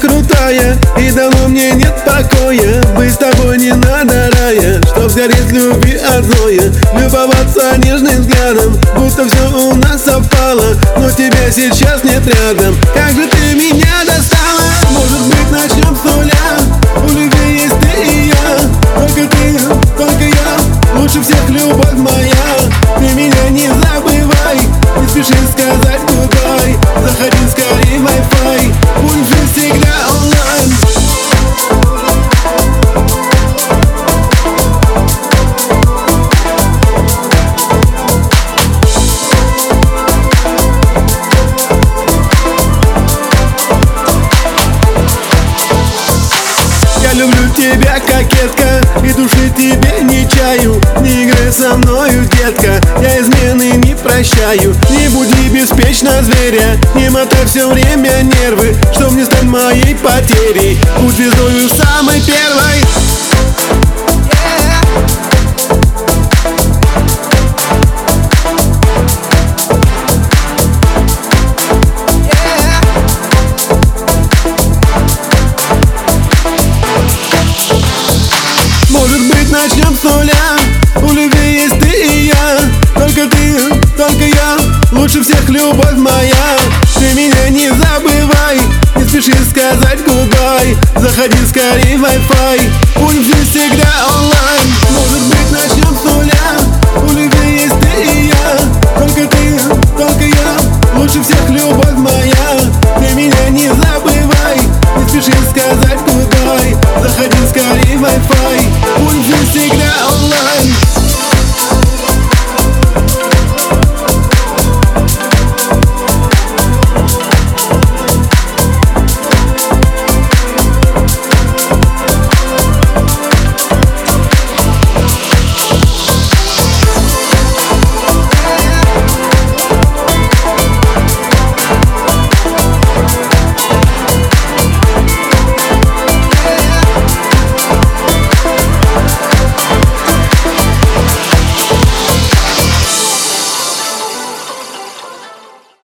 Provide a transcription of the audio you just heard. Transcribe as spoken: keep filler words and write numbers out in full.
крутая, и давно мне нет покоя. Быть с тобой не надо рая, чтоб сгореть любви от злоя. Любоваться нежным взглядом, будто все у нас совпало, но тебя сейчас нет рядом. Как же ты меня достала? Может быть, начнем с нуля? У любви есть ты и я, только ты, только я, лучше всех любовь моя. Ты меня не забывай, не спеши сказать goodbye. Заходи скорей в Wi-Fi, будем же всегда онлайн. Я люблю тебя, кокетка, и души тебе не чаю. Не играй со мною, детка, я измены не прощаю. Не буди беспечно зверя, не мотай все время нервы, чтоб не стать моей потерей. Будь звездою самой первой. Может быть, начнем с нуля? У любви есть ты и я, только ты, только я, лучше всех любовь моя. Ты меня не забывай, не спеши сказать goodbye. Заходи скорей в Wi-Fi, будем же всегда онлайн.